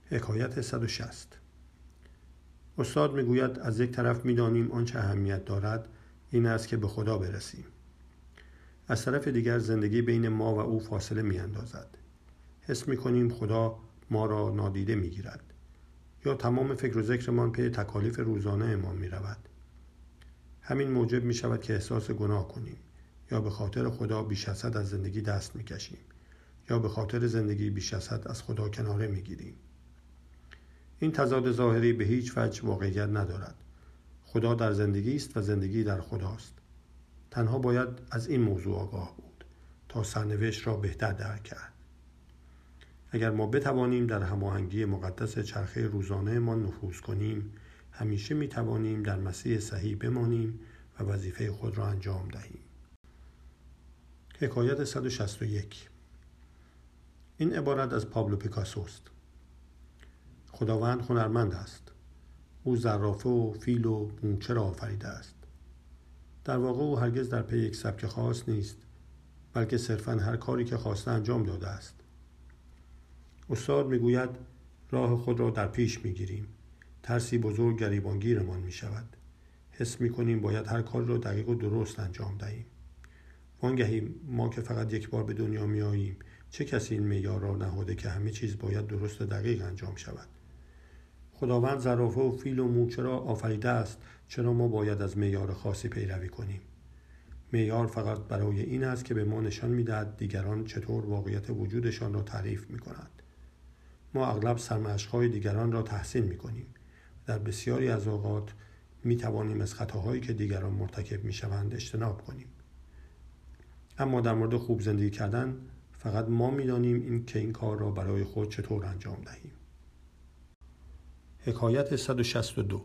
حکایت 160. استاد میگوید از یک طرف میدانیم آنچه اهمیت دارد این است که به خدا برسیم. از طرف دیگر زندگی بین ما و او فاصله میاندازد. حس میکنیم خدا ما را نادیده میگیرد یا تمام فکر و ذکرمان پی تکالیف روزانه ما میرود. همین موجب میشود که احساس گناه کنیم یا به خاطر خدا بیش از حد از زندگی دست میکشیم یا به خاطر زندگی بیش از حد از خدا کناره میگیریم. این تضاد ظاهری به هیچ وجه واقعیت ندارد. خدا در زندگی است و زندگی در خداست. تنها باید از این موضوع آگاه بود تا سرنوشت را بهتر درک کرد. اگر ما بتوانیم در هماهنگی مقدس چرخه روزانه ما نفوذ کنیم، همیشه میتوانیم در مسیر صحیح بمانیم و وظیفه خود را انجام دهیم. حکایت 161. این عبارت از پابلو پیکاسو است. خداوند هنرمند است. او زرافه و فیل و مورچه را آفریده است. در واقع او هرگز در پی یک سبک خاص نیست، بلکه صرفاً هر کاری که خواسته انجام داده است. استاد میگوید راه خود را در پیش میگیریم. ترسی بزرگ گریبانگیرمان میشود. حس میکنیم باید هر کار را دقیق و درست انجام دهیم. وانگهی ما که فقط یک بار به دنیا میاییم، چه کسی این معیار را نهاده که همه چیز باید درست و دقیق انجام شود؟ خداوند زرافه و فیل و مورچه را آفریده است، چرا ما باید از معیار خاصی پیروی کنیم؟ معیار فقط برای این است که به ما نشان میدهد دیگران چطور واقعیت وجودشان را تعریف میکنند. ما اغلب سرمشق‌های دیگران را تحسین میکنیم. در بسیاری از اوقات میتوانیم از خطاهایی که دیگران مرتکب میشوند اجتناب کنیم. اما در مورد خوب زندگی کردن فقط ما میدانیم این کار را برای خود چطور انجام دهیم. حکایت 162.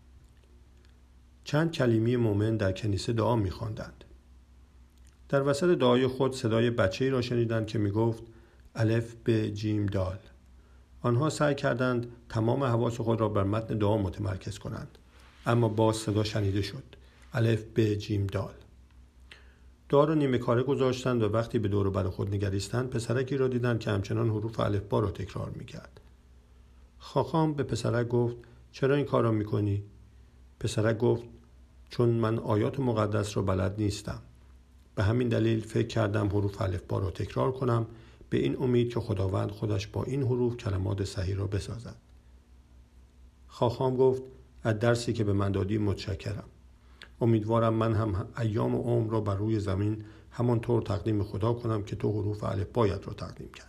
چند کلیمی مؤمن در کنیسه دعا می‌خواندند. در وسط دعای خود صدای بچه‌ای را شنیدند که می‌گفت الف ب جیم دال. آنها سعی کردند تمام حواس خود را بر متن دعا متمرکز کنند، اما باز صدا شنیده شد الف ب جیم دال. دعا را نیمه کاره گذاشتند و وقتی به دور و بر خود نگریستند پسرکی را دیدند که همچنان حروف الفبا را تکرار می‌کرد. خاخام به پسرک گفت چرا این کار را می‌کنی؟ پسرک گفت چون من آیات مقدس را بلد نیستم. به همین دلیل فکر کردم حروف الفبا را تکرار کنم به این امید که خداوند خودش با این حروف کلمات صحیح را بسازد. خاخام گفت از درسی که به من دادی متشکرم. امیدوارم من هم ایام عمر را بر روی زمین همانطور تقدیم خدا کنم که تو حروف الفبایت را تقدیم کردی.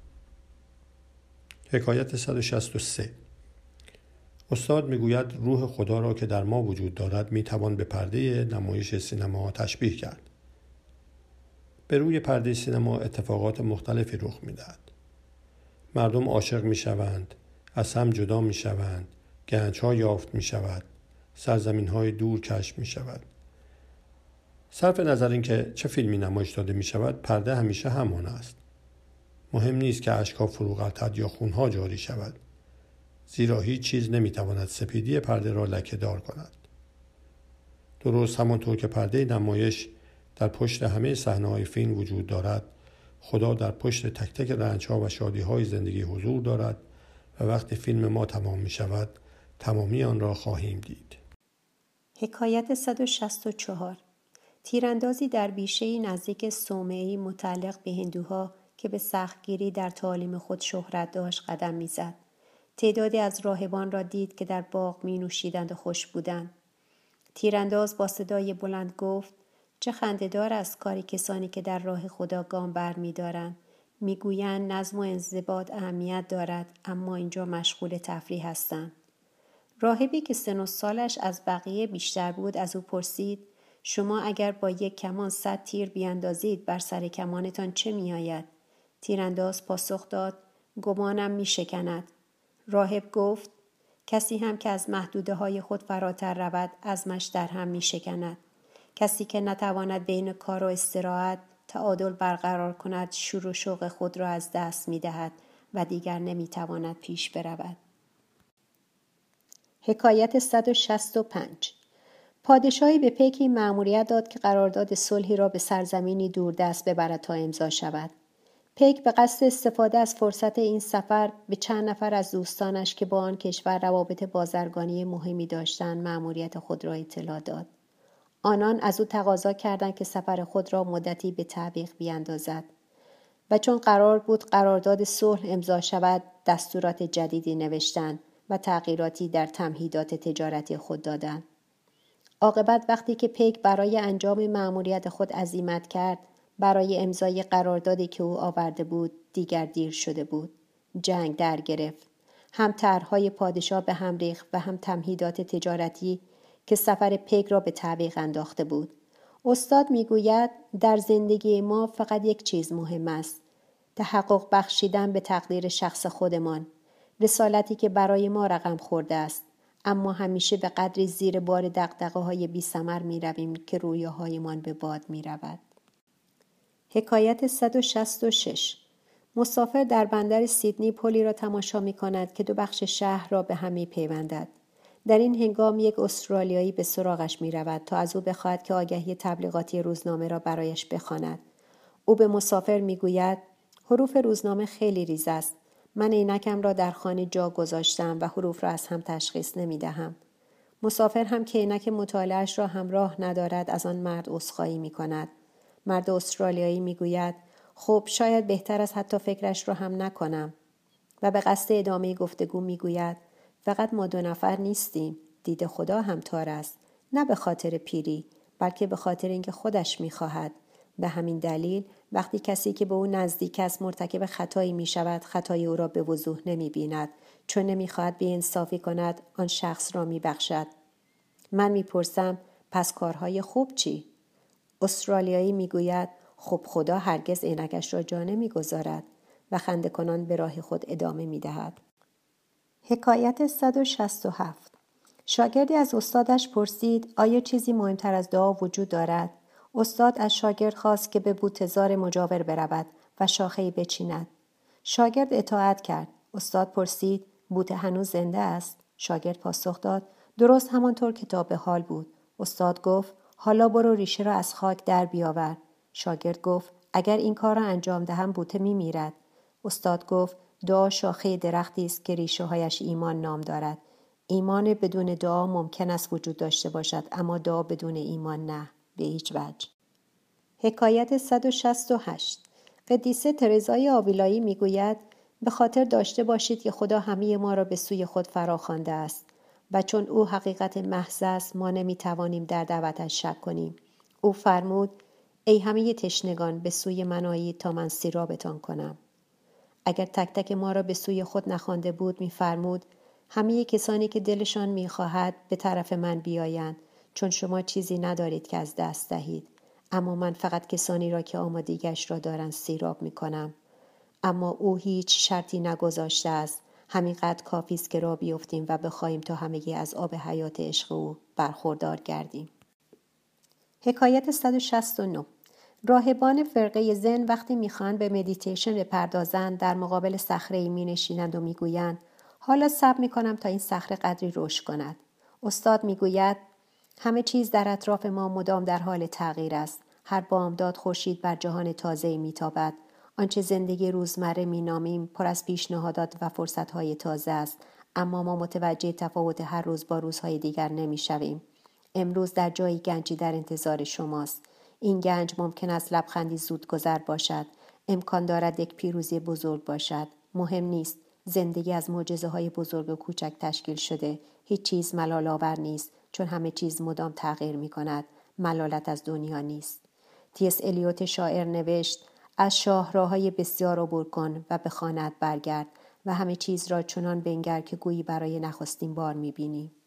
حکایت 163. استاد میگوید روح خدا را که در ما وجود دارد میتوان به پرده نمایش سینما تشبیه کرد. به روی پرده سینما اتفاقات مختلفی رخ میدهد. مردم عاشق میشوند، از هم جدا میشوند، گنج‌ها یافت میشود، سرزمین‌های دور کشف میشود. صرف نظر اینکه چه فیلمی نمایش داده میشود، پرده همیشه همان است. مهم نیست که اشک‌ها فرو غلطد یا خونها جاری شود، زیرا هیچ چیز نمیتواند سپیدی پرده را لکه‌دار کند. درست همانطور که پرده نمایش در پشت همه صحنه‌های فیلم وجود دارد، خدا در پشت تک تک رنج‌ها و شادی‌های زندگی حضور دارد و وقتی فیلم ما تمام می‌شود، تمامی آن را خواهیم دید. حکایت 164. تیراندازی در بیشه‌ای نزدیک صومعه‌ای متعلق به هندوها که به سختگیری در تعالیم خود شهرت داشت قدم می‌زد. تعدادی از راهبان را دید که در باغ می‌نوشیدند و خوش بودند. تیرانداز با صدای بلند گفت چه خنده‌دار است کاری کسانی که در راه خدا گام برمی‌دارند. می‌گویند نظم و انضباط اهمیت دارد، اما اینجا مشغول تفریح هستند. راهبی که سن و سالش از بقیه بیشتر بود از او پرسید شما اگر با یک کمان 100 تیر بیاندازید بر سر کمانتان چه می‌آید؟ تیرانداز پاسخ داد گمانم می‌شکند. راهب گفت کسی هم که از محدوده‌های خود فراتر رود عزمش در هم می‌شکند. کسی که نتواند بین کار و استراحت تعادل برقرار کند شور و شوق خود را از دست می‌دهد و دیگر نمی‌تواند پیش برود. حکایت 165. پادشاهی به پیکی مأموریت داد که قرارداد صلحی را به سرزمینی دوردست ببرد تا امضا شود. پیک به قصد استفاده از فرصت این سفر به چند نفر از دوستانش که با آن کشور روابط بازرگانی مهمی داشتند مأموریت خود را اطلاع داد. آنان از او تقاضا کردند که سفر خود را مدتی به تعویق بیاندازد و چون قرار بود قرارداد صلح امضا شود دستورات جدیدی نوشتند و تغییراتی در تمهیدات تجارتی خود دادند. عاقبت وقتی که پیک برای انجام مأموریت خود عزیمت کرد برای امضای قراردادی که او آورده بود دیگر دیر شده بود. جنگ در گرفت. هم طرح‌های پادشاه به هم ریخت و هم تمهیدات تجارتی که سفر پیک را به تعویق انداخته بود. استاد میگوید در زندگی ما فقط یک چیز مهم است. تحقق بخشیدن به تقدیر شخص خودمان. رسالتی که برای ما رقم خورده است. اما همیشه به قدری زیر بار دغدغه‌های بی‌ثمر می‌رویم که رویاهایمان به باد می‌رود. حکایت 166. مسافر در بندر سیدنی پلی را تماشا می‌کند که دو بخش شهر را به هم می‌پیوندد. در این هنگام یک استرالیایی به سراغش می‌رود تا از او بخواهد که آگهی تبلیغاتی روزنامه را برایش بخواند. او به مسافر می‌گوید حروف روزنامه خیلی ریز است. من عینکم را در خانه جا گذاشتم و حروف را از هم تشخیص نمی‌دهم. مسافر هم که عینک مطالعه‌اش را همراه ندارد از آن مرد عذرخواهی می‌کند. مرد استرالیایی میگوید خب شاید بهتر است حتی فکرش رو هم نکنم و به قصد ادامه گفتگو میگوید فقط ما دو نفر نیستیم، دید خدا همتار است، نه به خاطر پیری بلکه به خاطر اینکه خودش میخواهد. به همین دلیل وقتی کسی که به او نزدیک است مرتکب خطایی میشود خطای او را به وضوح نمیبیند چون نمیخواهد بی‌انصافی کند آن شخص را میبخشد. من میپرسم پس کارهای خوب چی؟ استرالیایی میگوید خب خدا هرگز عینکش را جا نمیگذارد و خنده کنان به راه خود ادامه میدهد. حکایت 167. شاگردی از استادش پرسید آیا چیزی مهمتر از دعا وجود دارد؟ استاد از شاگرد خواست که به بوته‌زار مجاور برود و شاخه‌ای بچیند. شاگرد اطاعت کرد. استاد پرسید بوته هنوز زنده است؟ شاگرد پاسخ داد درست همانطور که تا به حال بود. استاد گفت حالا برو ریشه را از خاک در بیاور. شاگرد گفت اگر این کار را انجام دهم بوته میمیرد. استاد گفت دعا شاخه درختی است که ریشه هایش ایمان نام دارد. ایمان بدون دعا ممکن است وجود داشته باشد اما دعا بدون ایمان نه، به هیچ وجه. حکایت 168. قدیسه ترزای آویلایی میگوید به خاطر داشته باشید که خدا همه ما را به سوی خود فراخوانده است و چون او حقیقت محض است ما نمیتوانیم در دعوتش شک کنیم. او فرمود ای همه تشنگان به سوی من آیید تا من سیرابتان کنم. اگر تک تک ما را به سوی خود نخوانده بود میفرمود همه کسانی که دلشان میخواهد به طرف من بیایند چون شما چیزی ندارید که از دست دهید اما من فقط کسانی را که آمادگیش را دارند سیراب میکنم. اما او هیچ شرطی نگذاشته است. همینقدر کافی است که راه بیفتیم و بخواهیم تا همگی از آب حیات عشق او برخوردار گردیم. حکایت 169. راهبان فرقه زن وقتی میخوان به مدیتیشن بپردازند در مقابل صخره‌ای مینشینند و میگویند حالا صبر میکنم تا این صخره قدری رشد کند. استاد میگوید همه چیز در اطراف ما مدام در حال تغییر است. هر بامداد خورشید بر جهان تازه‌ای میتابد. آنچه زندگی روزمره مینامیم پر از پیشنهادات و فرصت‌های تازه است اما ما متوجه تفاوت هر روز با روزهای دیگر نمیشویم. امروز در جایی گنجی در انتظار شماست. این گنج ممکن است لبخندی زود گذر باشد. امکان دارد یک پیروزی بزرگ باشد. مهم نیست. زندگی از معجزه‌های بزرگ و کوچک تشکیل شده. هیچ چیز ملال آور نیست چون همه چیز مدام تغییر می‌کند. ملالت از دنیا نیست. تیس الیوت شاعر نوشت از شاهراهای بسیار عبور کن و به خانه‌ات برگرد و همه چیز را چنان بنگر که گویی برای نخستین بار می‌بینی.